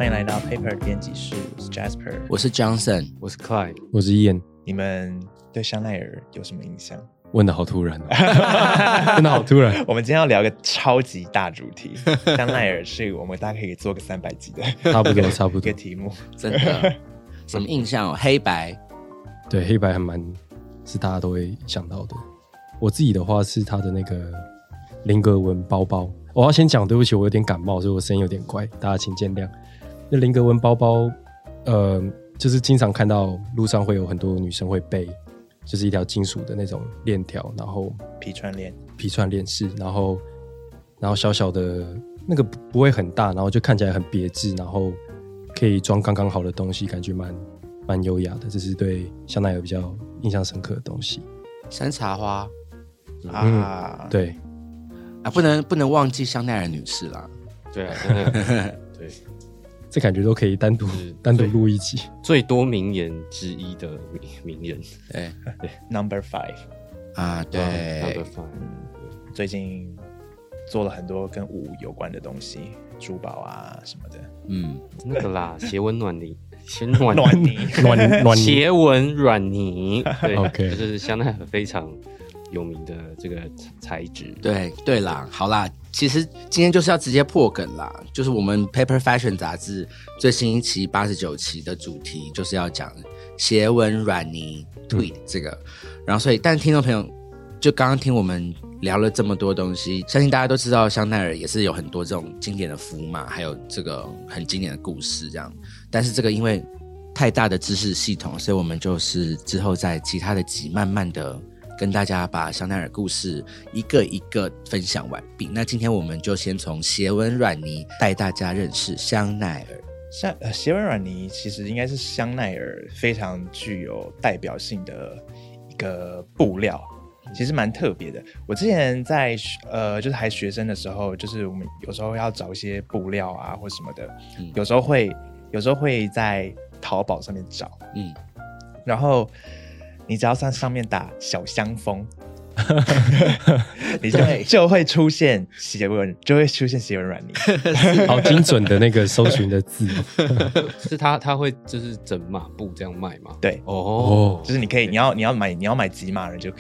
欢迎来到 Paper 编辑室，我是 Jasper， 我是 Johnson， 我是 Clyde， 我是 Ian。 你们对香奈儿有什么印象？ 问的好突然、真的好突然。 我们今天要聊个超级大主题，香奈儿是我们大概可以做个300集的差不多差不多一个题目。 真的什么印象哦？黑白， 对，黑白还蛮是大家都会想到的。我自己的话是他的那个菱格纹包包。我要先讲，对不起，我有点感冒，所以我声音有点怪，大家请见谅。那菱格纹包包，就是经常看到路上会有很多女生会背，就是一条金属的那种链条，然后皮串链式，然后小小的那个不会很大，然后就看起来很别致，然后可以装刚刚好的东西，感觉蛮优雅的。这是对香奈儿比较印象深刻的东西。 山茶花啊， 对啊，不能忘记香奈儿女士啦。 对啊，真的对， 这感觉都可以单独录一集。 最多名言之一的名人， 对对 Number 5 啊，对 Number 5， 最近做了很多跟舞有关的东西，珠宝啊什么的。 那个啦，斜纹软泥， 暖泥斜纹软泥，对 OK 这是香奈儿非常有名的这个材质。 对啦，好啦，其实今天就是要直接破梗啦，就是我们 Paper Fashion 杂志最新一期89期的主题就是要讲斜纹软泥 tweed 这个，然后所以但听众朋友就刚刚听我们聊了这么多东西，相信大家都知道香奈儿也是有很多这种经典的符码，还有这个很经典的故事这样，但是这个因为太大的知识系统，所以我们就是之后在其他的集慢慢的跟大家把香奈儿故事一个一个分享完毕。那今天我们就先从斜纹软泥带大家认识香奈儿。 斜纹软泥其实应该是香奈儿非常具有代表性的一个布料，其实蛮特别的。我之前在就是还学生的时候，就是我们有时候要找一些布料啊或什么的，有时候会在淘宝上面找，然后你只要在上面打小香风你就会出现斜纹软泥好精准的那个搜寻的字。 是他会就是整码布这样卖吗？ 对哦， 就是你要买几码人就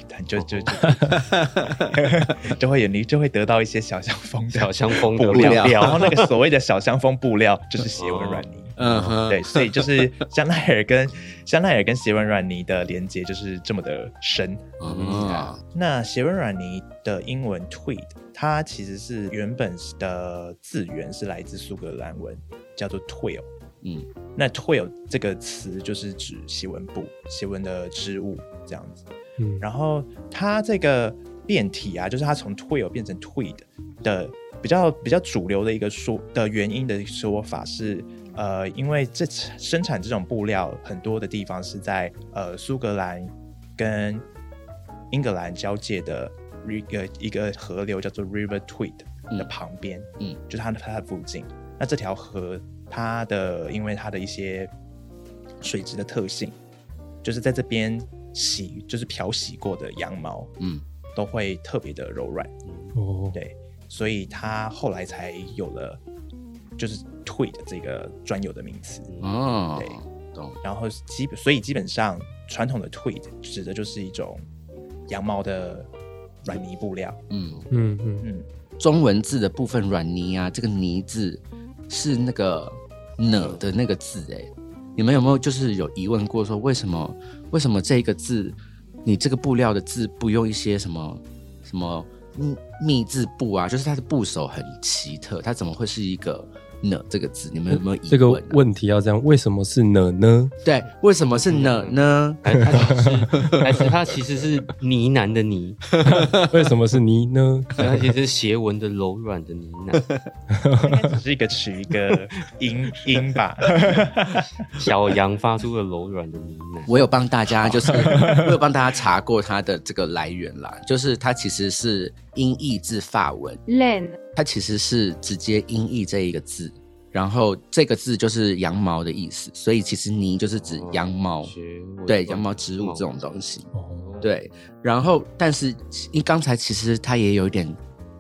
你就会得到一些小香风的布料，然后那个所谓的小香风布料就是斜纹软泥。对，所以就是香奈儿跟斜纹软泥的连结就是这么的深。那斜纹软泥的英文 tweed， 它其实是原本的字源是来自苏格兰文，叫做 twill。那 twill 这个词就是指斜纹布、斜纹的织物这样子。然后它这个变体啊，就是它从 twill 变成 tweed 的比较主流的一个原因的说法是，因为生产这种布料很多的地方是在苏格兰跟英格兰交界的一个河流叫做 River Tweed 的旁边，就是它的附近。那这条河因为它的一些水质的特性，就是在这边就是漂洗过的羊毛，都会特别的柔软。对，所以它后来才有了就是 tweed 这个专有的名词。对，懂。然后所以基本上传统的 tweed 指的就是一种羊毛的软泥布料。 中文字的部分软泥啊，这个泥字是那个呢的那个字你们有没有就是有疑问过说为什么这个字你这个布料的字不用一些什么密字部啊，就是它的部首很奇特，它怎么会是一个呢这个字？你们有没有疑问？ 这个问题要这样，为什么是呢？ 对，为什么是呢？ 还是它其实是呢喃的呢？ 为什么是呢呢？ 它其实是斜纹的柔软的呢喃， 应该只是取一个音吧。 小羊发出了柔软的呢喃。 我有帮大家查过它的这个来源啦，就是它其实是音译自法文，它其实是直接音译这一个字，然后这个字就是羊毛的意思，所以其实呢就是指羊毛，对，羊毛织物这种东西。对，然后但是刚才其实它也有一点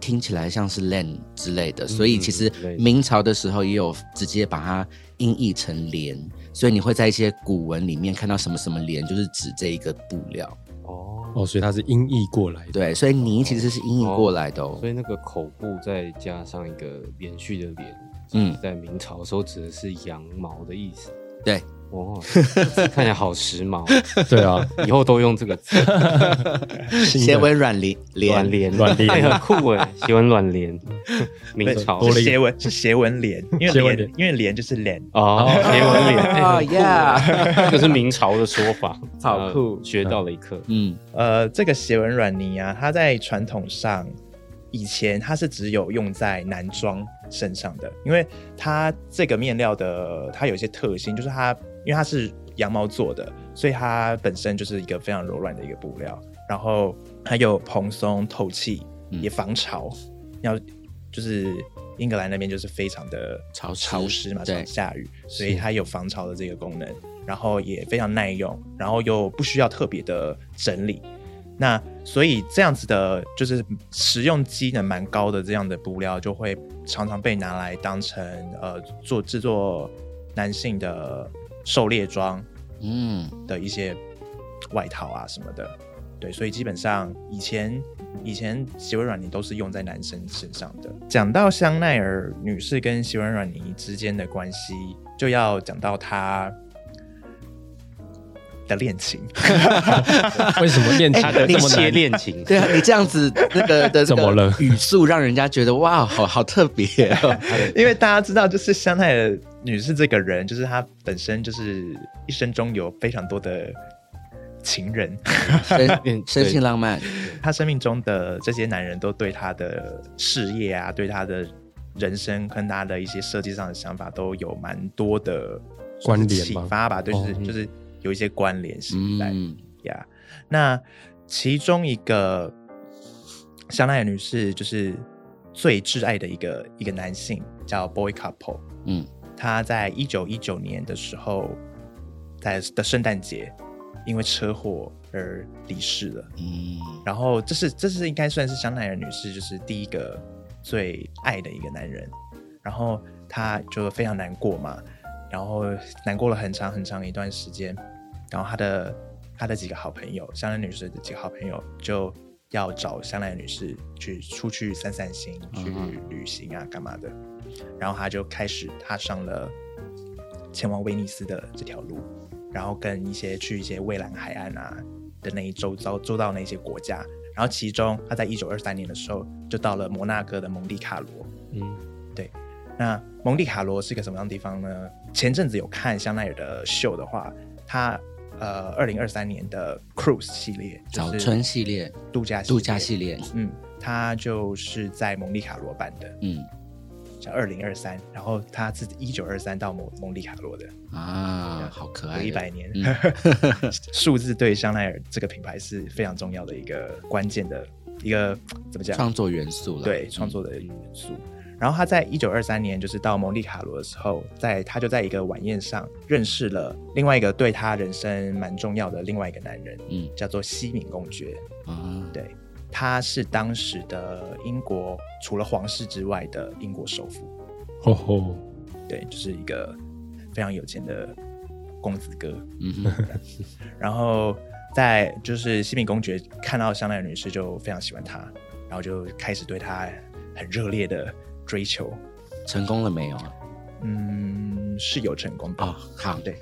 听起来像是 len 之类的，所以其实明朝的时候也有直接把它音译成帘，所以你会在一些古文里面看到什么什么帘，就是指这一个布料。 哦，所以它是音译过来的。 对，所以呢其实是音译过来的所以那个口部再加上一个连续的连，在明朝的时候指的是羊毛的意思。 对。 看起来好时髦。 对啊， 以后都用这个字。 斜纹软帘， 很酷哎，斜纹软帘。明朝是斜纹帘，因为帘就是帘斜纹帘。 哦呀， 这是明朝的说法， 好酷， 学到了一课。 这个斜纹软呢啊，它在传统上以前它是只有用在男装身上的，因为它这个面料的它有一些特性，就是因为它是羊毛做的，所以它本身就是一个非常柔软的一个布料，然后它有蓬松透气，也防潮。就是英格兰那边就是非常的潮湿嘛，常下雨，所以它有防潮的这个功能，然后也非常耐用，然后又不需要特别的整理。那所以这样子的就是实用机能蛮高的这样的布料，就会常常被拿来当成制作男性的狩猎装的一些外套啊什么的。对，所以基本上以前斜纹软呢都是用在男生身上的。讲到香奈儿女士跟斜纹软呢之间的关系，就要讲到她的恋情。 为什么恋情的这么难？恋情？ 对啊，你这样子那个的怎么了？ 语速让人家觉得哇，好特别哦。 因为大家知道，就是香奈儿女士这个人，就是她本身就是一生中有非常多的情人， 生性浪漫。 她生命中的这些男人都对她的事业啊，对她的人生跟她的一些设计上的想法都有蛮多的关联启发吧，就是有一些关联性在呀。那其中一个香奈儿女士就是最挚爱的一个男性叫 Boy Capul，他在1919年的时候的圣诞节因为车祸而离世了。然后这是应该算是香奈儿女士就是第一个最爱的一个男人，然后他就非常难过嘛，然后难过了很长很长一段时间，然后他的几个好朋友，香奈儿女士的几个好朋友就要找香奈儿女士出去散散心，去旅行啊干嘛的，然后他就开始踏上了前往威尼斯的这条路，然后去一些蔚蓝海岸啊的那一周到那些国家，然后其中他在1923年的时候就到了摩纳哥的蒙地卡罗。对，那蒙地卡罗是个什么样的地方呢？前阵子有看香奈儿的秀的话，他2023年的 Cruise 系列， 早春系列、度假系列， 他就是在蒙地卡罗办的，叫2023，然后他是1923到蒙地卡罗的啊，好可爱， 有100年。数字对香奈儿这个品牌是非常重要的一个关键的一个怎么讲？ 创作元素了， 对，创作的元素。然后他在1923年就是到蒙地卡罗的时候，他就在一个晚宴上认识了另外一个对他人生蛮重要的另外一个男人，叫做西敏公爵。对，他是当时的英国除了皇室之外的英国首富。对，就是一个非常有钱的公子哥。然后就是西敏公爵看到香奈儿女士就非常喜欢他，然后就开始对他很热烈的追求。 成功了没有啊？ 是有成功的。 好， 对，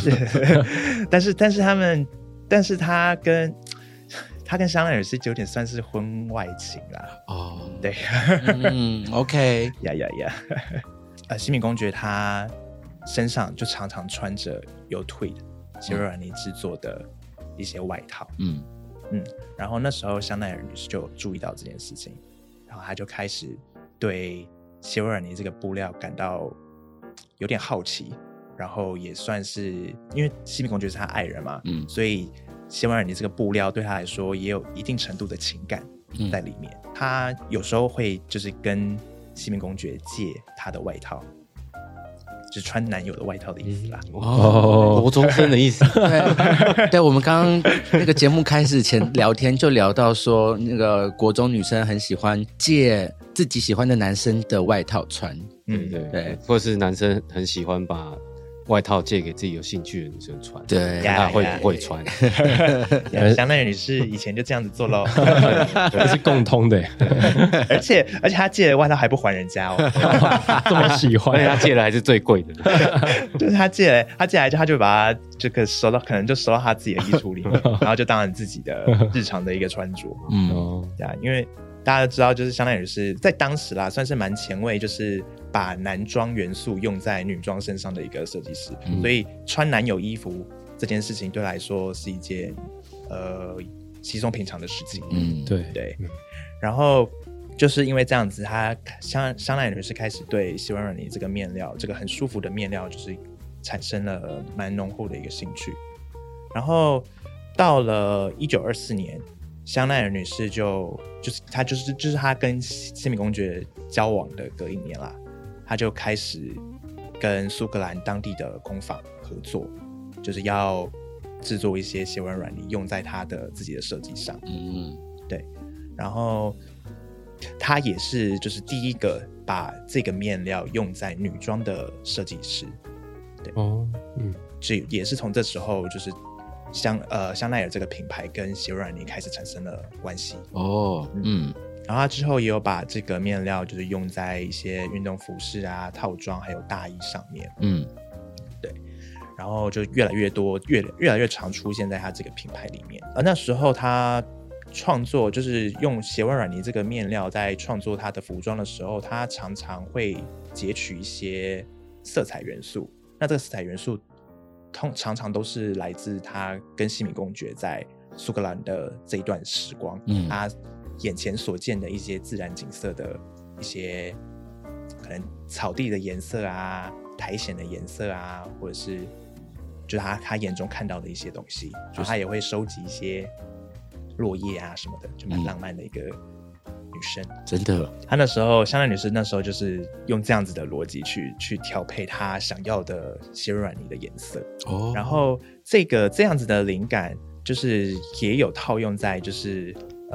但是他跟香奈儿是有点算是婚外情啦。对。 OK， 呀。西敏公爵他身上就常常穿着由Tweed斜纹软呢制作的一些外套。然后那时候香奈儿女士就注意到这件事情，然后他就开始对斜纹软呢这个布料感到有点好奇，然后也算是因为西敏公爵是他爱人嘛，所以斜纹软呢这个布料对他来说也有一定程度的情感在里面。他有时候会就是跟西敏公爵借他的外套， 就是穿男友的外套的意思啦。 国中生的意思。 对，我们刚刚那个节目开始前聊天就聊到说，那个国中女生很喜欢借自己喜欢的男生的外套穿， 对，或者是男生很喜欢把外套借给自己有兴趣的女生穿， 对， 看她会不会穿。 香奈儿女士以前就这样子做咯， 这是共通的。 而且她借的外套还不还人家哦， 这么喜欢， 而且她借的还是最贵的， 就是她借来就她就把它这个收到，可能就收到她自己的衣橱里面，然后就当成自己的日常的一个穿着。对啊，因为大家都知道，就是香奈儿是在当时啦，算是蛮前卫，就是把男装元素用在女装身上的一个设计师，所以穿男友衣服这件事情对来说是一件稀松平常的事情。对。然后就是因为这样子，香奈儿女士开始对希文软呢这个面料，这个很舒服的面料，就是产生了蛮浓厚的一个兴趣。然后到了1924年。香奈儿女士就是她跟西米公爵交往的隔一年啦，她就开始跟苏格兰当地的工坊合作，就是要制作一些斜纹软呢用在她的自己的设计上。对。然后她也是就是第一个把这个面料用在女装的设计师。对。这也是从这时候就是。香奈儿这个品牌跟斜纹软呢开始产生了关系。然后他之后也有把这个面料就是用在一些运动服饰啊、套装还有大衣上面。对。然后就越来越多、越来越常出现在他这个品牌里面。而那时候他创作就是用斜纹软呢这个面料在创作他的服装的时候，他常常会截取一些色彩元素。那这个色彩元素常常都是来自他跟西米公爵在苏格兰的这一段时光，他眼前所见的一些自然景色的一些可能草地的颜色啊、苔藓的颜色啊，或者是就是他眼中看到的一些东西，就他也会收集一些落叶啊什么的，就蛮浪漫的一个女生。真的，她那时候香奈儿女士那时候就是用这样子的逻辑去调配她想要的斜纹软呢的颜色。然后这样子的灵感就是也有套用在就是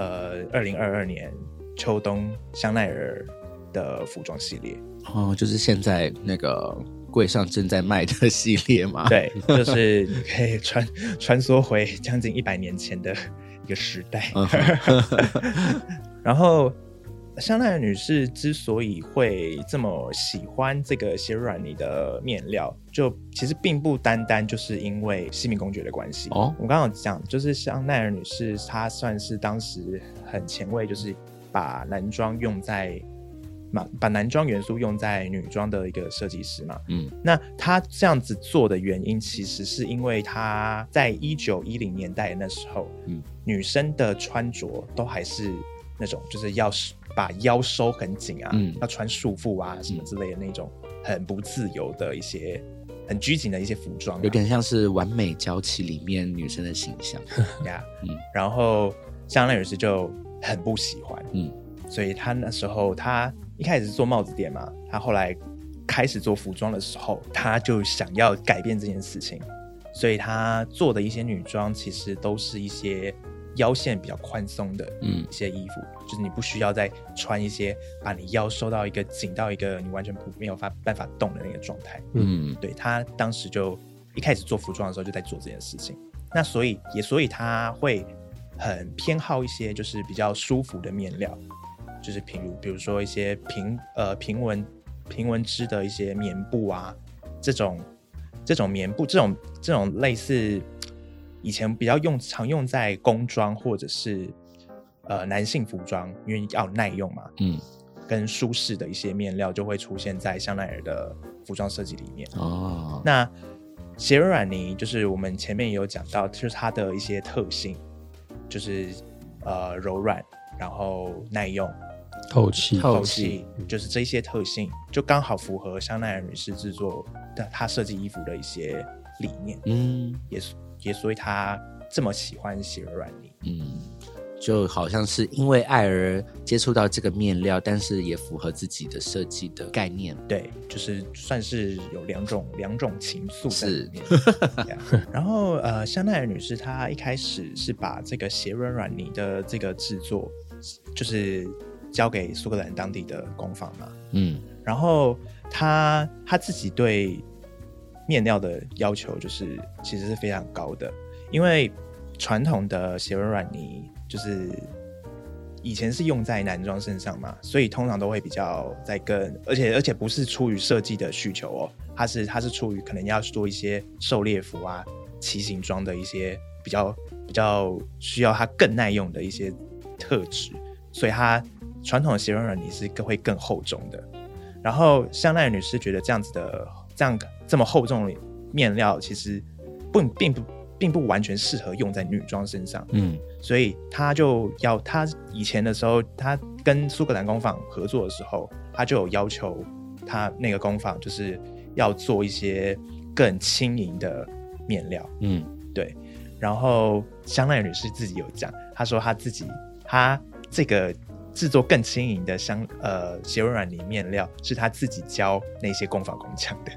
2022年秋冬香奈儿的服装系列。就是现在那个柜上正在卖的系列嘛。对，就是你可以穿梭回将近100年前的一个时代。然后香奈儿女士之所以会这么喜欢这个斜软呢的面料，就其实并不单单就是因为西米公爵的关系。我刚刚有讲，就是香奈儿女士她算是当时很前卫，就是把男装元素用在女装的一个设计师嘛。那她这样子做的原因，其实是因为她在1910年代那时候，女生的穿着都还是那种就是要把腰收很紧啊，要穿束缚啊什么之类的那种很不自由的一些很拘谨的一些服装，有点像是完美娇妻里面女生的形象。然后香奈儿是就很不喜欢，所以他那时候他一开始是做帽子店嘛，他后来开始做服装的时候，他就想要改变这件事情，所以他做的一些女装其实都是一些腰线比较宽松的一些衣服，就是你不需要再穿一些把你腰收到一个紧到一个你完全没有办法动的那个状态。对，他当时就一开始做服装的时候就在做这件事情。那所以他会很偏好一些就是比较舒服的面料，就是比如说一些平纹织的一些棉布啊，这种棉布这种类似以前比较常用在工装或者是男性服装，因为要耐用嘛，跟舒适的一些面料就会出现在香奈儿的服装设计里面。那斜纹软呢，就是我们前面也有讲到，就是它的一些特性，就是柔软，然后耐用、透气，就是这些特性就刚好符合香奈儿女士制作的她设计衣服的一些理念。也所以她这么喜欢斜纹软呢。 就好像是因为爱而接触到这个面料，但是也符合自己的设计的概念。 对，就是算是有两种情愫在里面。然后香奈儿女士她一开始是把这个斜纹软呢的这个制作，就是交给苏格兰当地的工坊嘛。然后她自己对面料的要求就是其实是非常高的，因为传统的斜纹软呢就是以前是用在男装身上嘛，所以通常都会比较在而且不是出于设计的需求哦，它是出于可能要做一些狩猎服啊、骑行装的一些比较需要它更耐用的一些特质，所以它传统的斜纹软呢是会更厚重的。然后香奈儿女士觉得这么厚重的面料其实并不完全适合用在女装身上，所以他以前的时候，他跟苏格兰工坊合作的时候，他就有要求他那个工坊就是要做一些更轻盈的面料，对。然后香奈儿女士自己有讲，她说她这个制作更轻盈的斜纹软呢面料是她自己教那些工坊工匠的。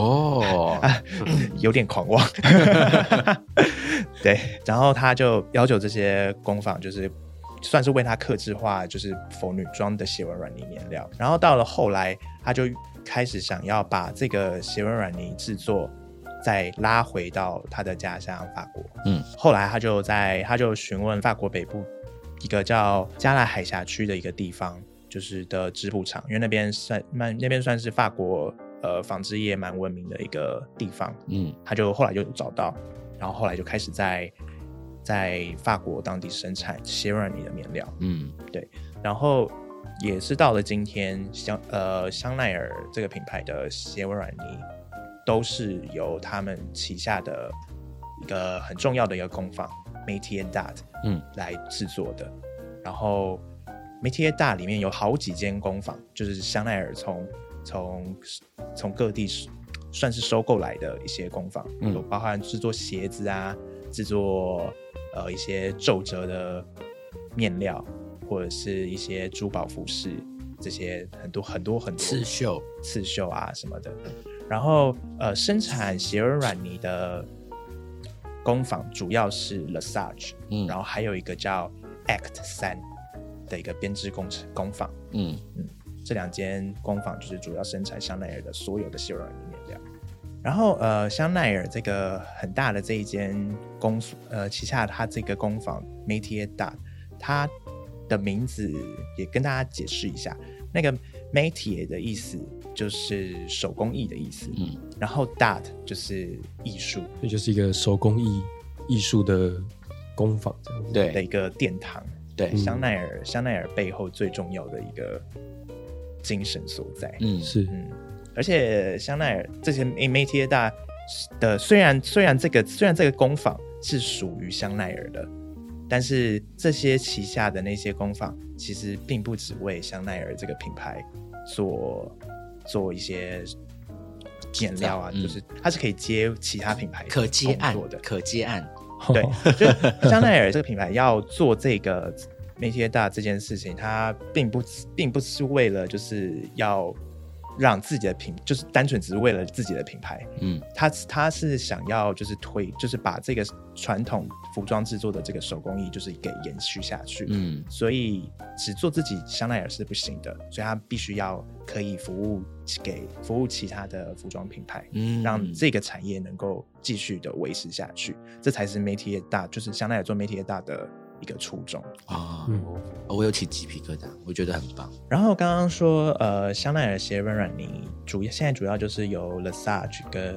有点狂妄。对，然后他就要求这些工坊就是算是为他客制化，就是否女装的斜纹软呢面料。然后到了后来，他就开始想要把这个斜纹软呢制作再拉回到他的家乡法国。后来他就询问法国北部叫加勒海峡区的一个地方，就是的织布厂，因为那边算是法国纺织业蛮闻名的一个地方。他就后来就找到，然后后来就开始在法国当地生产斜纹软呢的面料。对，然后也是到了今天，香奈儿这个品牌的斜纹软呢都是由他们旗下的一个很重要的一个工坊 Métier d'Art 来制作的。然后 Métier d'Art 里面有好几间工坊，就是香奈儿从各地算是收购来的一些工坊，有包含制作鞋子啊，制作一些皱褶的面料，或者是一些珠宝服饰，这些很多刺绣啊什么的。然后生产斜纹软呢的工坊主要是 Lesage，然后还有一个叫 Act 3的一个编织工坊。这两间工坊就是主要生产香奈儿的所有的斜纹软呢面料。然后香奈儿这个很大的这一间旗下它这个工坊 Métier d'Art， 它的名字也跟大家解释一下。那个 Métier 的意思就是手工艺的意思，然后 d'Art 就是艺术， 这就是一个手工艺术的工坊这样子， 对的一个殿堂。对，香奈儿背后最重要的一个精神所在。 是。 而且香奈儿这些 Métier d'Art 的虽然这个工坊是属于香奈儿的，但是这些旗下的那些工坊其实并不只为香奈儿这个品牌做一些面料啊，就是它是可以接其他品牌可接案的， 可接案。 对，就香奈儿这个品牌要做这个 Métier d'Art 这件事情，它并不是为了就是要让自己的就是单纯只是为了自己的品牌，他是想要就是把这个传统服装制作的这个手工艺就是给延续下去，所以只做自己香奈儿是不行的，所以他必须要可以服务其他的服装品牌，让这个产业能够继续的维持下去，这才是Métier d'Art，就是香奈儿做Métier d'Art的一个初衷啊。我有起鸡皮疙瘩，我觉得很棒。 然后刚刚说香奈儿斜纹软呢现在主要就是由 Lesage 跟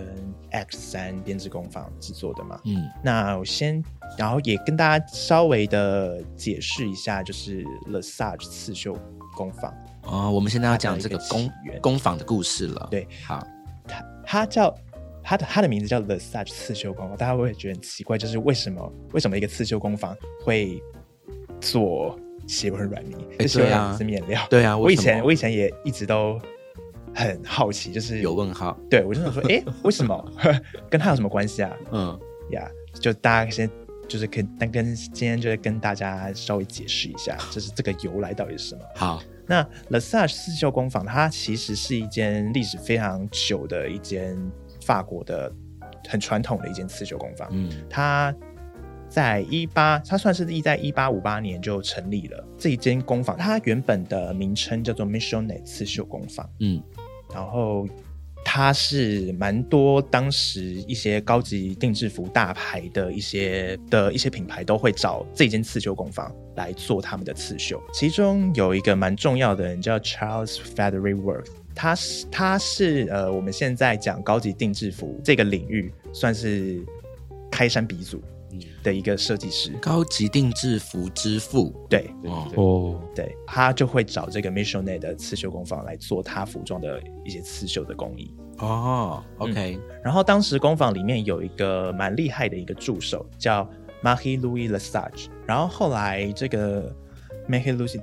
X3 编织工坊制作的嘛。那然后也跟大家稍微的解释一下，就是 Lesage 刺绣工坊。 我们现在要讲这个工坊的故事了。 对， 好， 它的名字叫 Lesage 刺绣工坊，大家会觉得很奇怪，就是为什么一个刺绣工坊会做斜纹软呢？斜纹软是面料。 对啊， 我以前也一直都很好奇，就是有问号。 对，我就想说，为什么跟它有什么关系啊？就大家先就是今天就是跟大家稍微解释一下，就是这个由来到底是什么。 好， 那 Lesage 刺绣工坊，它其实是一间历史非常久的一间法国的很传统的一间刺绣工坊。它它算是在1858年就成立了这一间工坊。它原本的名称叫做 Missionnet 刺绣工坊。然后它是蛮多当时一些高级定制服大牌的一些品牌都会找这间刺绣工坊来做他们的刺绣。其中有一个蛮重要的人叫 Charles Frederick Worth， 他是我们现在讲高级定制服这个领域算是开山鼻祖的一个设计师， 高级定制服之父。 对，他就会找这个 Missionnet 的刺绣工坊来做他服装的一些刺绣的工艺。 OK。 然后当时工坊里面有一个蛮厉害的一个助手叫 Marie-Louise Lesage， 然后后来这个 Marie-Louise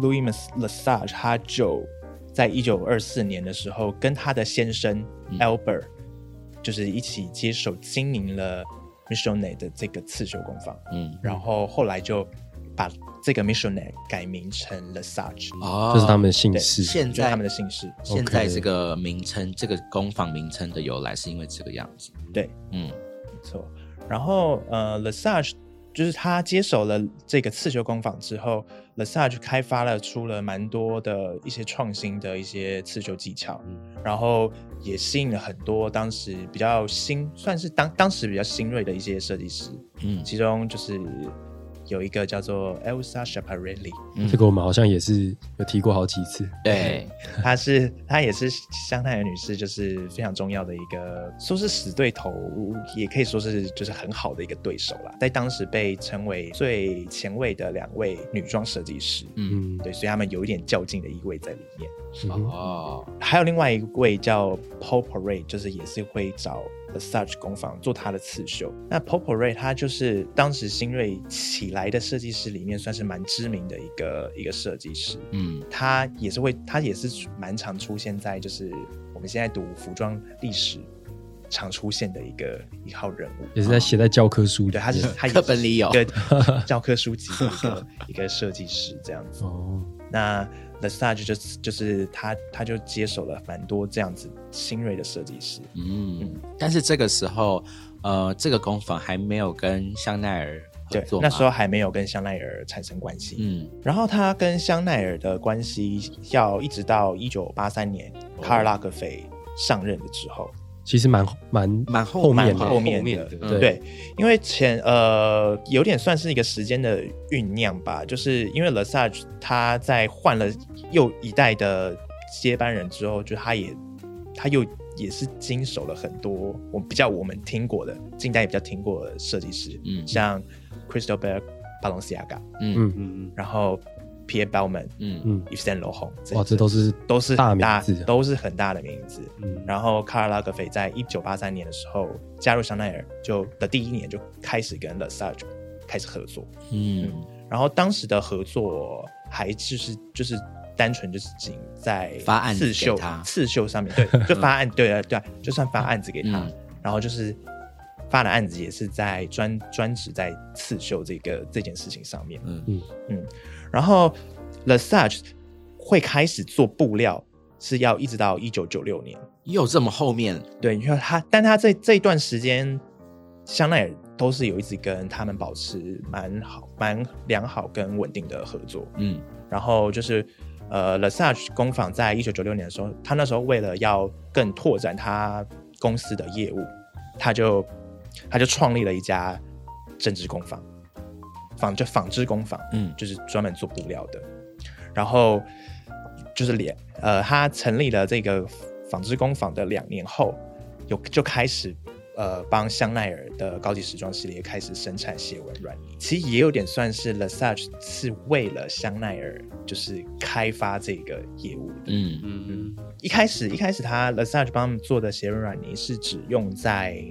Lesage 他就在1924年的时候跟他的先生 Albert 就是一起接手经营了Missionnet 的这个刺绣工坊。然后后来就把这个 Missionnet 改名成 Lesage， 这是他们的姓氏。 现在他们的姓氏， 现在这个名称，这个工坊名称的由来是因为这个样子。 对，没错。然后Lesage 就是他接手了这个刺绣工坊之后 ，Lesage 开发出了蛮多的一些创新的一些刺绣技巧，然后也吸引了很多当时比较算是当时比较新锐的一些设计师。其中就是有一个叫做 Elsa Schiaparelli， 这个我们好像也是有提过好几次。 对， 她也是香奈儿女士，就是非常重要的一个，说是死对头，也可以说是就是很好的一个对手啦。在当时被称为最前卫的2位女装设计师。对，所以他们有一点较劲的意味在里面。还有另外一位叫 Paul Poiret， 就是也是会找Lesage 工坊做他的刺绣。那 Paul Poiret 他就是当时新锐起来的设计师里面算是蛮知名的一个设计师。他也是蛮常出现在就是我们现在读服装历史常出现的一号人物， 也是写在教科书里。 对，他课本里有对教科书级的一个设计师这样子。那 Lesage 就是他就接手了蛮多这样子新锐的设计师。 但是这个时候这个工坊还没有跟香奈儿合作吗？ 对，那时候还没有跟香奈儿产生关系。然后他跟香奈儿的关系要一直到1983年卡尔拉格菲上任了之后， 其实蛮后面的。对，因为有点算是一个时间的酝酿吧，就是因为 Lesage 他在换了又一代的接班人之后，就他也是经手了很多我们听过的近代比较听过的设计师，像 Christopher Balenciaga， 然后 Pierre Balmain，Yves Saint Laurent， 哇，这都是大名字， 都是很大的名字。然后卡尔拉格菲在1983年的时候加入香奈儿的第1年就开始跟 Lesage 开始合作。然后当时的合作还就是单纯就是仅在发案子给他刺绣上面，对，就发案，对，就算发案子给他，然后就是发的案子也是在专职在刺绣这件事情上面。然后 Lesage 会开始做布料是要一直到1996年， 又这么后面。 对，因为但他这一段时间香奈儿都是有一直跟他们保持蛮良好跟稳定的合作。然后就是Lesage 工坊在1996年的时候，他那时候为了要更拓展他公司的业务，他就创立了一家针织工坊，纺织工坊，就是专门做布料的。然后就是他成立了这个纺织工坊的2年后，就开始帮香奈儿的高级时装系列开始生产斜纹软呢。其实也有点算是 Lesage 是为了香奈儿就是开发这个业务的。一开始他 Lesage 帮他们做的斜纹软呢是只用在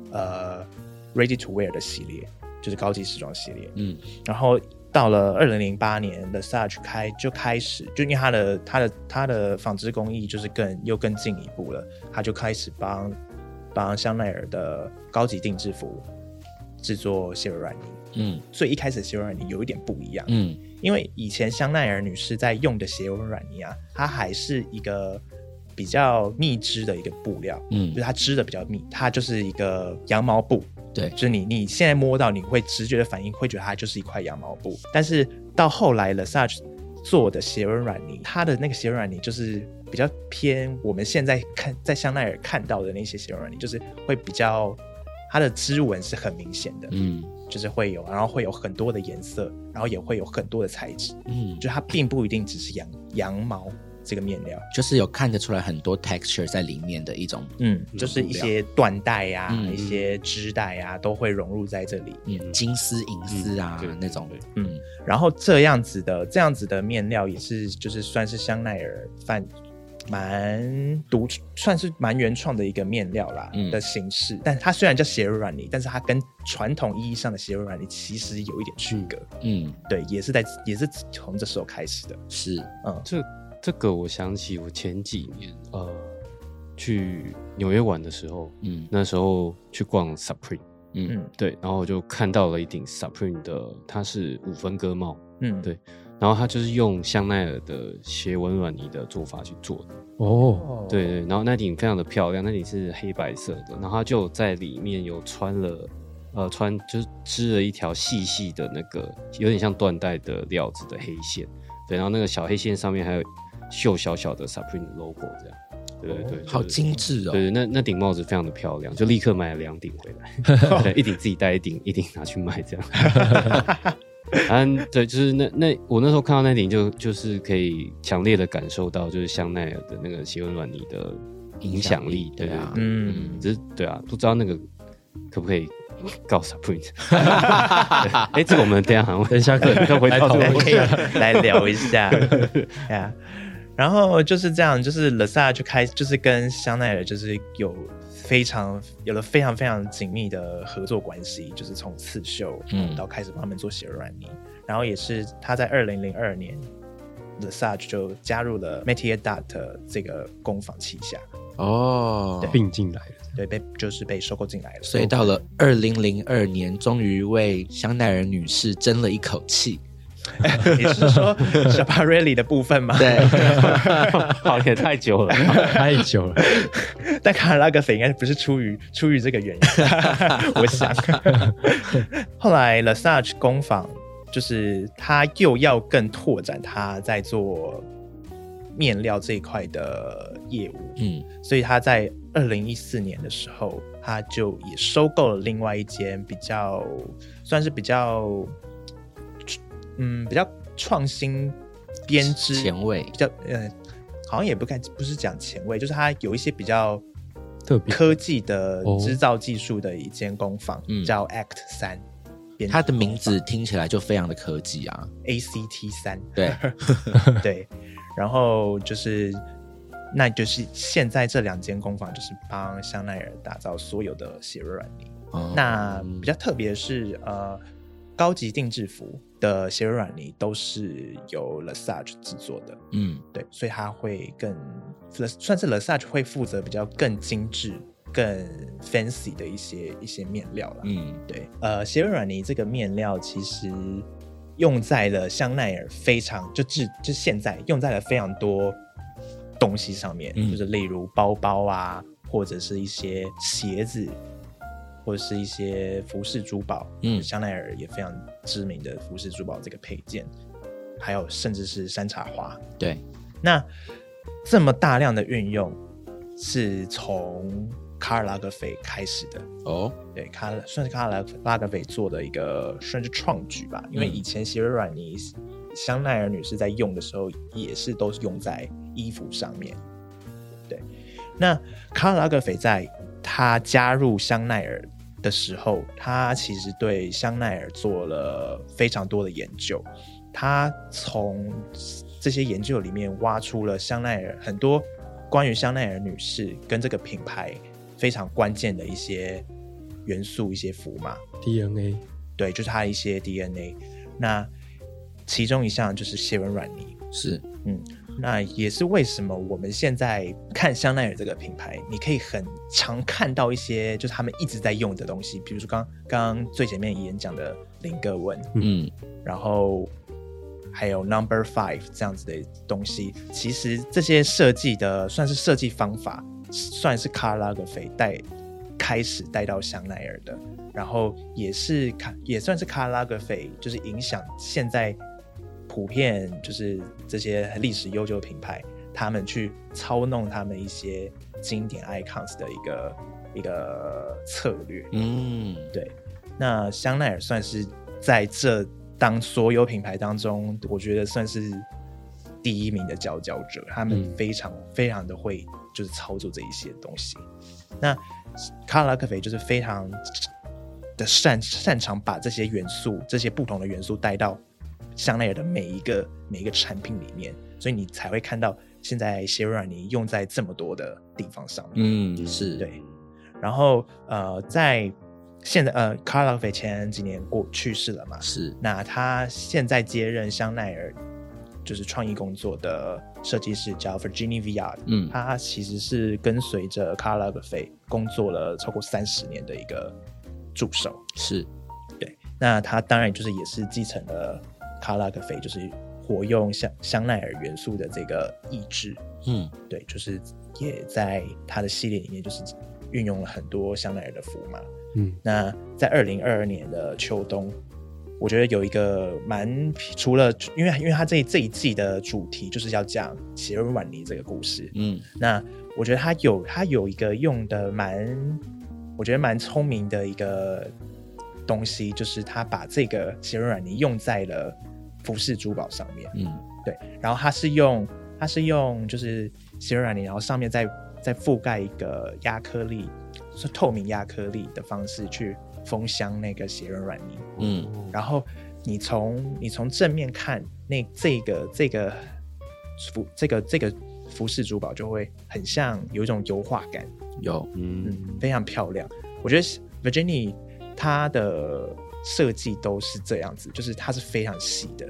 Ready to Wear 的系列，就是高级时装系列。然后到了2008年 Lesage 就开始，就因为他的纺织工艺就是又更进一步了，他就开始帮香奈儿的高级定制服制作斜纹软呢。 最一开始的斜纹软泥有一点不一样。因为以前香奈儿女士在用的斜纹软泥啊，它还是一个比较密织的一个布料，就是它织的比较密，它就是一个羊毛布。 对， 就是你现在摸到，你会直觉的反应会觉得它就是一块羊毛布。但是到后来 Lesage 做的斜纹软泥，它的那个斜纹软泥就是比较偏我们现在在香奈儿看到的那些斜纹软泥，就是会比较它的织纹是很明显的，就是会有，然后会有很多的颜色，然后也会有很多的材质，就它并不一定只是羊毛这个面料， 就是有看得出来很多 texture 在里面的一种， 就是一些缎带啊，一些织带啊，都会融入在这里面， 金丝、银丝啊，那种， 然后这样子的面料也是，就是算是香奈儿算是蛮原创的一个面料啦，的形式。但它虽然叫斜纹软泥，但是它跟传统意义上的斜纹软泥其实有一点区隔。对，也是从这时候开始的。 是， 这个我想起我前几年去纽约玩的时候，那时候去逛 Supreme，对，然后我就看到了一顶 Supreme 的，它是5分割帽，对。然后它就是用香奈儿的斜纹软泥的做法去做的对，然后那顶非常的漂亮，那顶是黑白色的，然后它就在里面有就是织了一条细细的那个有点像缎带的料子的黑线，对，然后那个小黑线上面还有绣小小的 Supreme logo 这样。对， 好精致哦！ 对，那顶帽子非常的漂亮，就立刻买了2顶回来，对，一顶自己戴，一顶拿去卖这样。对，就是我那时候看到那顶就是可以强烈的感受到，就是香奈儿的那个斜纹软泥的影响力，对啊，只是对啊，不知道那个可不可以告 Supreme？ 这个我们等一下可以回到可以来聊一下，然后就是这样，就是 Lesage 就是跟香奈儿就是有了非常非常紧密的合作关系，就是从刺绣到开始帮他们做斜纹软泥，然后也是他在2002年 Lesage 就加入了 Metier d'Art 这个工坊旗下并进来了， 对，就是被收购进来了。 所以到了2002年，终于为香奈儿女士争了一口气。 你是说 Schiaparelli 的部分吗？ 对， 好，也太久了， 太久了。 但卡尔拉格斐应该不是出于这个原因，我想。后来 Lesage 工坊就是他又要更拓展他在做面料这一块的业务，所以他在2014年的时候，他就也收购了另外一间算是比较创新编织前卫， 比较好像也不是讲前卫，就是它有一些比较特别科技的织造技术的一间工坊，叫 ACT 3， 它的名字听起来就非常的科技啊 ，ACT 3， 对对，然后就是现在这2间工坊就是帮香奈儿打造所有的斜纹软泥，那比较特别的是高级定制服的斜纹软泥都是由 Lesage 制作的，对，所以它会算是 Lesage 会负责比较更精致、更 fancy 的一些面料啦，对，斜纹软泥这个面料其实用在了香奈儿就现在用在了非常多东西上面，就是例如包包啊，或者是一些鞋子。或者是一些服饰珠宝，香奈儿也非常知名的服饰珠宝这个配件，还有甚至是山茶花。 对， 那这么大量的运用是从卡尔拉格斐开始的对，算是卡尔拉格斐做的一个算是创举吧，因为以前斜纹软泥香奈儿女士在用的时候也是都是用在衣服上面，对。那卡尔拉格斐在他加入香奈儿的时候，他其实对香奈儿做了非常多的研究，他从这些研究里面挖出了香奈儿很多关于香奈儿女士跟这个品牌非常关键的一些元素、一些符码 DNA， 对，就是它一些 DNA。那其中一项就是斜纹软泥， 是， 那也是为什么我们现在看香奈儿这个品牌，你可以很常看到一些就是他们一直在用的东西，比如说刚刚最前面演讲的菱格纹，然后还有 No. 5这样子的东西，其实这些设计的算是设计方法，算是卡拉格菲开始带到香奈儿的，然后也算是卡拉格菲就是影响现在普遍就是这些历史悠久的品牌，他们去操弄他们一些经典 icons 的一个策略。对。那香奈儿算是在这当所有品牌当中，我觉得算是第一名的佼佼者，他们非常非常的会就是操作这一些东西。那卡拉格菲就是非常的擅长把这些元素，这些不同的元素带到香奈儿的每一个产品里面，所以你才会看到现在血软泥用在这么多的地方上面。 是对。然后在现在卡拉格菲前几年去世了嘛， 是。那他现在接任香奈儿就是创意工作的设计师叫 Virginie Viard，他其实是跟随着卡拉格菲工作了超过30年的一个助手。 是。 对。那他当然就是也是继承了卡拉格菲就是活用香奈儿元素的这个意志。对，就是也在他的系列里面就是运用了很多香奈儿的符码。那在2022年的秋冬，我觉得有一个除了因为他这一季的主题就是要讲血润晚泥这个故事。那我觉得他有一个用的我觉得蛮聪明的一个东西，就是他把这个血润晚泥用在了服饰珠宝上面。对。然后他是用就是血润晚泥，然后上面再覆盖一个亚克力，是透明亚克力的方式去封箱那个血润软泥。然后你从正面看这个服饰珠宝就会很像有一种油画感，非常漂亮。我觉得 Virginie 她的设计都是这样子，就是它是非常细的，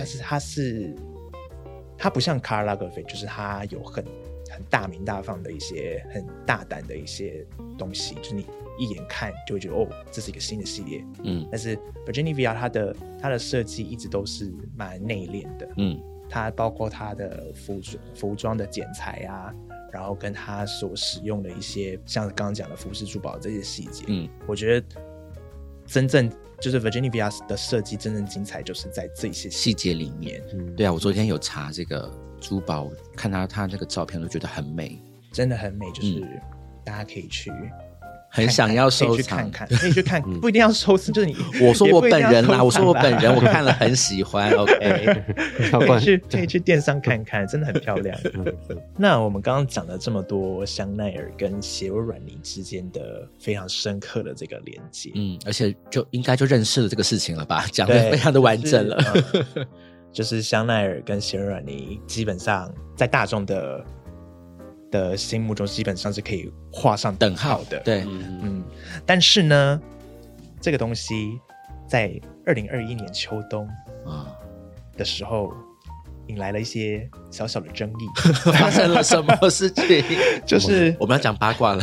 它不像卡拉格菲，就是它有很大名大放的一些很大胆的一些东西，就是你一眼看就会觉得这是一个新的系列。但是 Virginie Viard 它的设计一直都是蛮内敛的。它包括它的服装的剪裁啊，然后跟它所使用的一些像刚刚讲的服饰珠宝这些细节。我觉得真正就是 Virginie Viard 的设计真正精彩就是在这些细节里面。 对啊，我昨天有查这个珠宝，看他这个照片都觉得很美， 真的很美，就是大家可以去很想要收藏， 可以去看，不一定要收藏，就是你我说我本人啦，我看了很喜欢。OK， 可以去店上看看，真的很漂亮。那我们刚刚讲了这么多香奈儿跟血润软泥之间的非常深刻的这个连接， 而且就应该就认识了这个事情了吧，讲得非常的完整了。 就是香奈儿跟血润软泥基本上在大众的心目中基本上是可以画上等号的。 对。 但是呢，这个东西在2021年秋冬的时候引来了一些小小的争议。 发生了什么事情？ 就是我们要讲八卦了。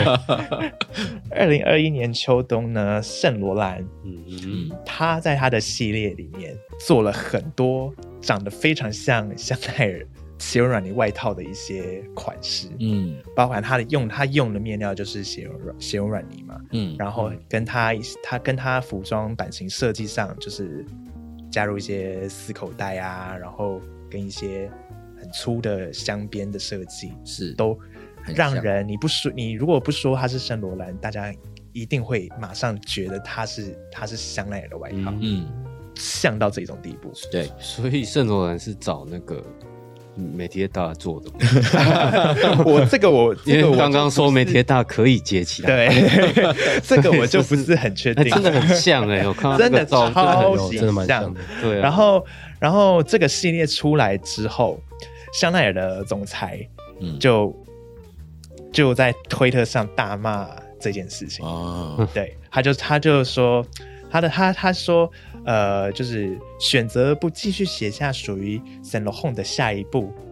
2021年秋冬呢，圣罗兰他在他的系列里面做了很多长得非常像香奈儿血润软泥外套的一些款式。包含他用的面料就是血润软泥嘛。然后跟他服装版型设计上就是加入一些丝口袋啊，然后跟一些很粗的镶边的设计， 是都让人你如果不说它是圣罗兰，大家一定会马上觉得它是香奈儿的外套。像到这种地步。 对， 所以圣罗兰是找那个美贴大做的。因为刚刚说美贴大可以接起来， 对，这个我就不是很确定。 真的很像我看到真的超级像的。对， 然后这个系列出来之后，香奈儿的总裁就在推特上大骂这件事情。对，他就说他说就是选择不继续写下属于 Saint Laurent 的下一步，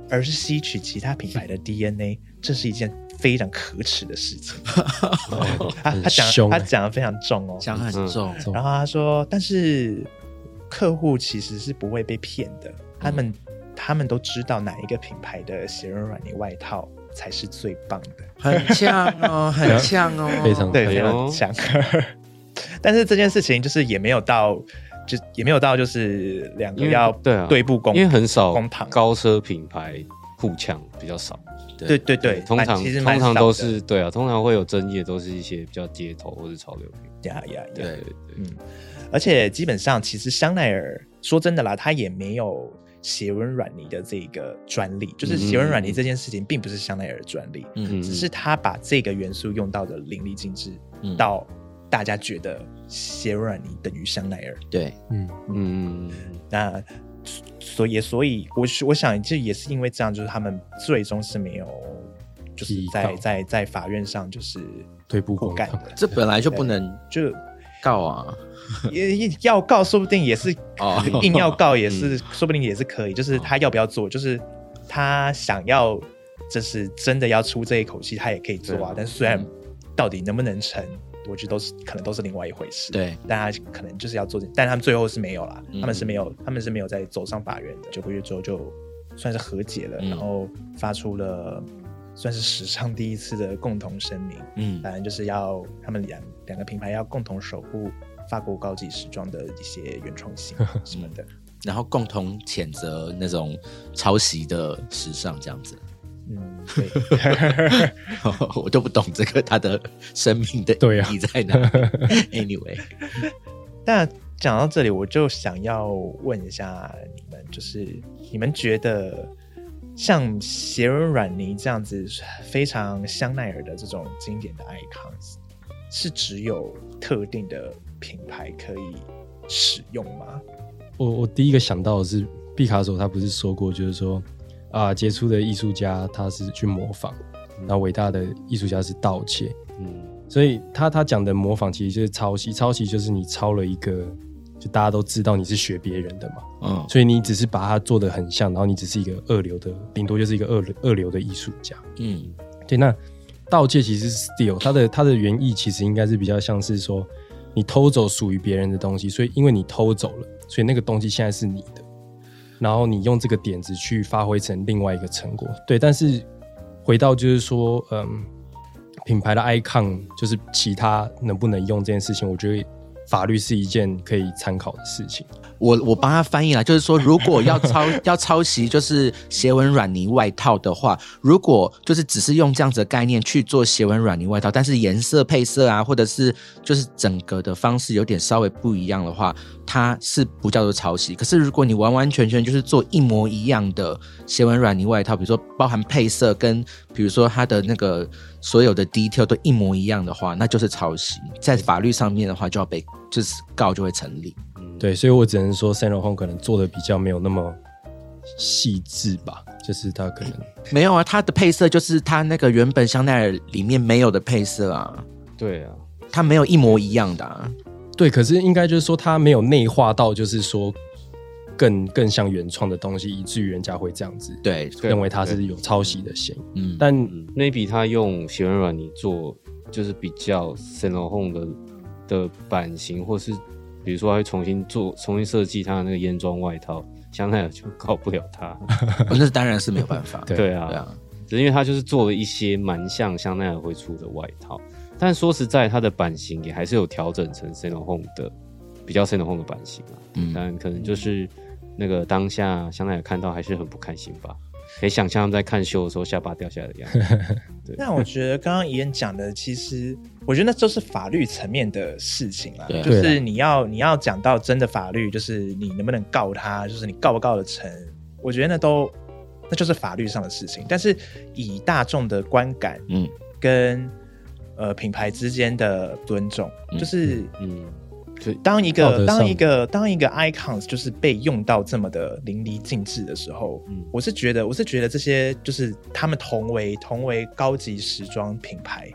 而是吸取其他品牌的 DNA， 这是一件非常可耻的事情。他讲得非常重哦， 讲很重。 然后他说，但是客户其实是不会被骗的，他们都知道哪一个品牌的鞋润软泥外套才是最棒的。 很呛哦，很呛哦， 非常对，非常呛。但是这件事情就是也没有到就是两个要对簿公堂， 因为很少高奢品牌互呛比较少。 对， 通常都是对啊，通常会有争议的都是一些比较街头或是潮流品。 对，而且基本上其实香奈儿说真的啦，它也没有鞋纹软泥的这个专利，就是鞋纹软泥这件事情并不是香奈儿的专利，只是他把这个元素用到的淋漓尽致，到大家觉得鞋纹软泥等于香奈儿。 对， 那所以我想这也是因为这样，就是他们最终是没有就是在法院上就是对簿公堂的，这本来就不能就告啊。 也要告，说不定也是硬要告，也是说不定也是可以。就是他要不要做，就是他想要，就是真的要出这一口气，他也可以做啊。但是虽然到底能不能成，我觉得可能都是另外一回事。 对， 但他可能就是要做，但他们最后是没有啦，他们是没有在走上法院的。9个月之后就算是和解了，然后发出了算是史上第一次的共同声明。反正就是要他们两个品牌要共同守护法国高级时装的一些原创性什么的， 然后共同谴责那种抄袭的时尚这样子。 对， 我都不懂这个他的生命的意义在哪里。Anyway， 但讲到这里，我就想要问一下你们，就是你们觉得像鞋润软泥这样子非常香奈儿的这种经典的 icons， 是只有特定的品牌可以使用吗？ 我第一个想到的是毕卡索，他不是说过，就是说杰出的艺术家他是去模仿，然后伟大的艺术家是盗窃。所以他讲的模仿其实就是抄袭，抄袭就是你抄了一个，就大家都知道你是学别人的嘛，所以你只是把它做得很像，然后你只是一个二流的，顶多就是一个二流的艺术家。对，那盗窃其实是 steal， 它的原意其实应该是比较像是说你偷走属于别人的东西，所以因为你偷走了，所以那个东西现在是你的，然后你用这个点子去发挥成另外一个成果。对，但是回到就是说品牌的 icon 就是其他能不能用这件事情，我觉得法律是一件可以参考的事情。 我帮他翻译啦，就是说如果要抄袭就是鞋纹软泥外套的话，如果就是只是用这样子的概念去做鞋纹软泥外套，但是颜色配色啊，或者是就是整个的方式有点稍微不一样的话，它是不叫做抄袭。可是如果你完完全全就是做一模一样的鞋纹软泥外套，比如说包含配色跟比如说它的那个所有的 detail 都一模一样的话，那就是抄袭，在法律上面的话就要被就是告就会成立。 对，所以我只能说 Saint Laurent 可能做的比较没有那么细致吧，就是他可能没有啊，他的配色就是他那个原本香奈儿里面没有的配色啊。 对啊， 他没有一模一样的啊。 对，可是应该就是说他没有内化到就是说更像原创的东西，以至于人家会这样子对认为他是有抄袭的嫌疑。但 maybe 他用鞋纹软泥做就是比较 Saint Laurent 的版型，或是比如说他会重新设计他的那个烟装外套，香奈儿就告不了他。 那当然是没有办法。 对啊，只是因为他就是做了一些蛮像香奈儿会出的外套，但说实在他的版型也还是有调整成 Saint Laurent 的比较 Saint Laurent 的版型但可能就是那个当下香奈儿看到还是很不开心吧，可以想象他们在看秀的时候下巴掉下来的样子。 那我觉得刚刚怡恩讲的，其实我觉得那就是法律层面的事情啦，就是你要讲到真的法律，就是你能不能告他，就是你告不告得成，我觉得那就是法律上的事情。但是以大众的观感，跟品牌之间的尊重，就是当一个 icons 就是被用到这么的淋漓尽致的时候，我是觉得这些就是他们同为高级时装品牌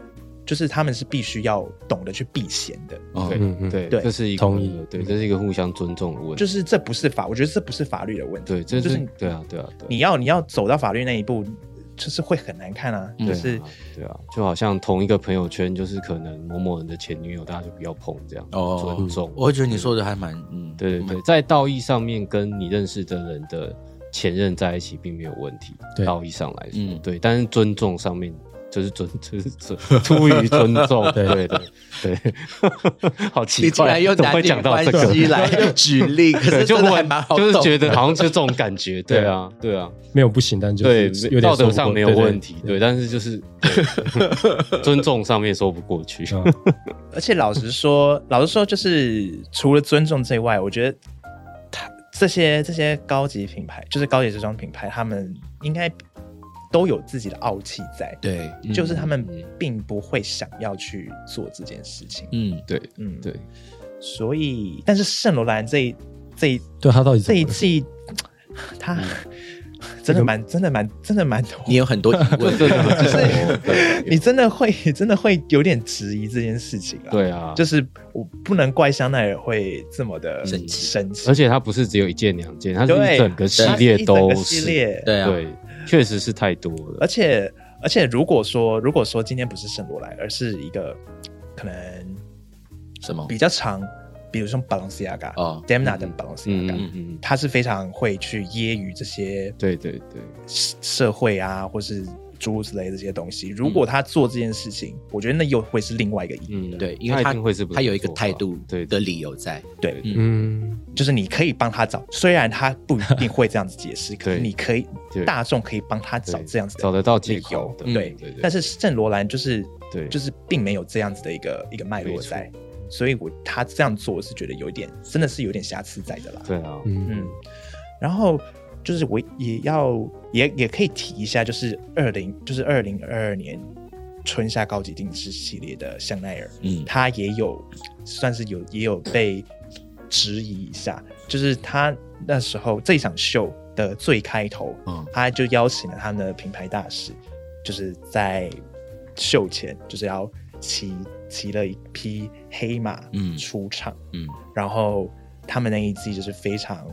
就是他们是必须要懂得去避嫌的。 对，这是一个同意，对，这是一个互相尊重的问题。 就是这不是我觉得这不是法律的问题。 对，就是对啊， 你要走到法律那一步，就是会很难看啊。就是对啊，就好像同一个朋友圈，就是可能某某人的前女友，大家就不要碰这样。尊重。 我会觉得你说的还蛮对，在道义上面跟你认识的人的前任在一起并没有问题，道义上来说，对，但是尊重上面。就是出于尊重，对，好奇怪， 你竟然用男女关系来举例，可是真的还蛮好懂的， 就是觉得好像就这种感觉，对啊， 没有不行，但就是对道德上没有问题，对，但是就是尊重上面说不过去。 而且老实说，就是除了尊重之外，我觉得这些高级品牌，就是高级时装品牌，他们应该都有自己的傲气在， 对， 就是他们并不会想要去做这件事情， 对， 所以，但是圣罗兰这一对他到底这一季，他真的蛮多， 你有很多疑问， 就是你真的会有点质疑这件事情啊， 对啊， 就是我不能怪香奈儿会这么的生气， 而且它不是只有1件2件，它是一整个系列都是，对。确实是太多了， 而且如果说今天不是圣罗兰，而是一个可能什么比较长，比如说 Balenciaga、Demna 等 Balenciaga，他是非常会去揶揄这些对社会啊，或是诸如此类这些东西。如果他做这件事情，我觉得那又会是另外一个意义。 对，因为他有一个态度的理由在。 对，就是你可以帮他找，虽然他不一定会这样子解释，可是你可以大众可以帮他找这样子找得到借口的。 对，但是圣罗兰就是并没有这样子的一个脉络在，所以他这样做是觉得真的是有点瑕疵在的啦。 对啊， 然后。就是我也可以提一下，就是2022年春夏高级定制系列的香奈儿，他也有算是也有被质疑一下，就是他那时候这场秀的最开头，他就邀请了他们的品牌大使，就是在秀前就是要骑了一匹黑马出场，然后他们那一季就是非常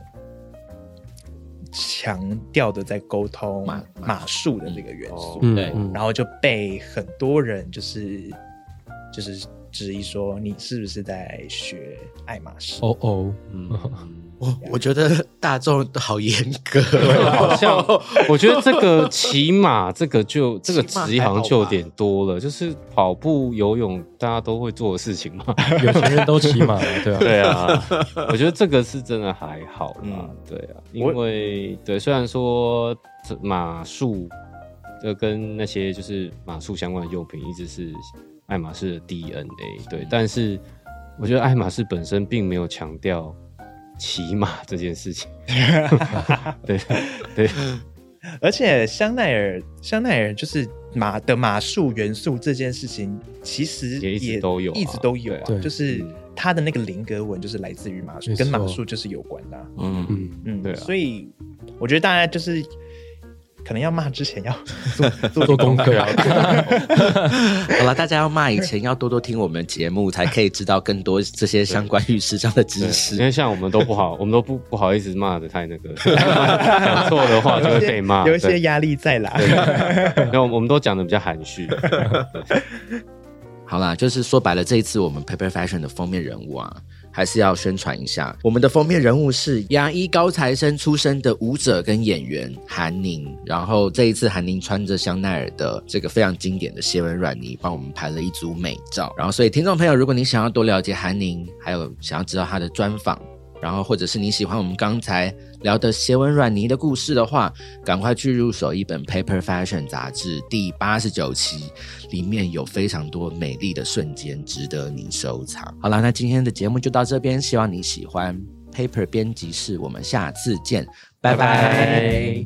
强调的在沟通马术的这个元素，对，然后就被很多人就是质疑说你是不是在学爱马仕？ 我觉得大众好严格， 好像我觉得这个骑马这个质疑好像就有点多了，就是跑步、游泳大家都会做的事情嘛， 有钱人都骑马，对啊， 对啊，我觉得这个是真的还好啦，对啊，因为虽然说马术跟那些就是马术相关的用品一直是爱马仕的 DNA， 对，但是我觉得爱马仕本身并没有强调骑马这件事情，对， 而且香奈儿就是马术元素这件事情，其实也一直都有啊，就是它的那个菱格纹就是来自于马术，跟马术就是有关的，对，所以我觉得大家就是可能要骂之前要做功课啊。 好了，大家要骂以前要多听我们节目，才可以知道更多这些相关于时尚的知识。 因为像我们都不好意思骂的太那个，讲错的话就会被骂， 有一些压力在啦。 然后我们都讲的比较含蓄。 好啦，就是说白了，这一次我们 Paper Fashion 的封面人物啊，还是要宣传一下。我们的封面人物是亚裔高材生出身的舞者跟演员韩宁，然后这一次韩宁穿着香奈儿的这个非常经典的斜纹软呢，帮我们拍了一组美照。然后所以听众朋友，如果你想要多了解韩宁，还有想要知道他的专访，然后或者是你喜欢我们刚才聊的斜纹软呢的故事的话，赶快去入手一本 Paper Fashion 杂志第89期，里面有非常多美丽的瞬间值得你收藏。好啦，那今天的节目就到这边，希望你喜欢 Paper 编辑室，我们下次见，拜拜。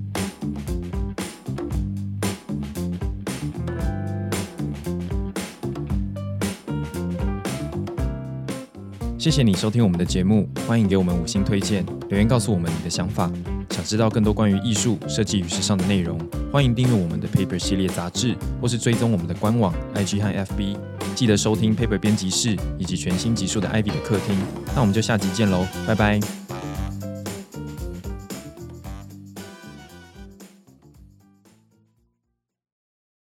谢谢你收听我们的节目，欢迎给我们5星推荐，留言告诉我们你的想法。想知道更多关于艺术、设计与时尚的内容，欢迎订阅我们的 Paper 系列杂志，或是追踪我们的官网、IG 和 FB。 记得收听 Paper 编辑室以及全新集数的 Ivy 的客厅。那我们就下集见喽，拜拜。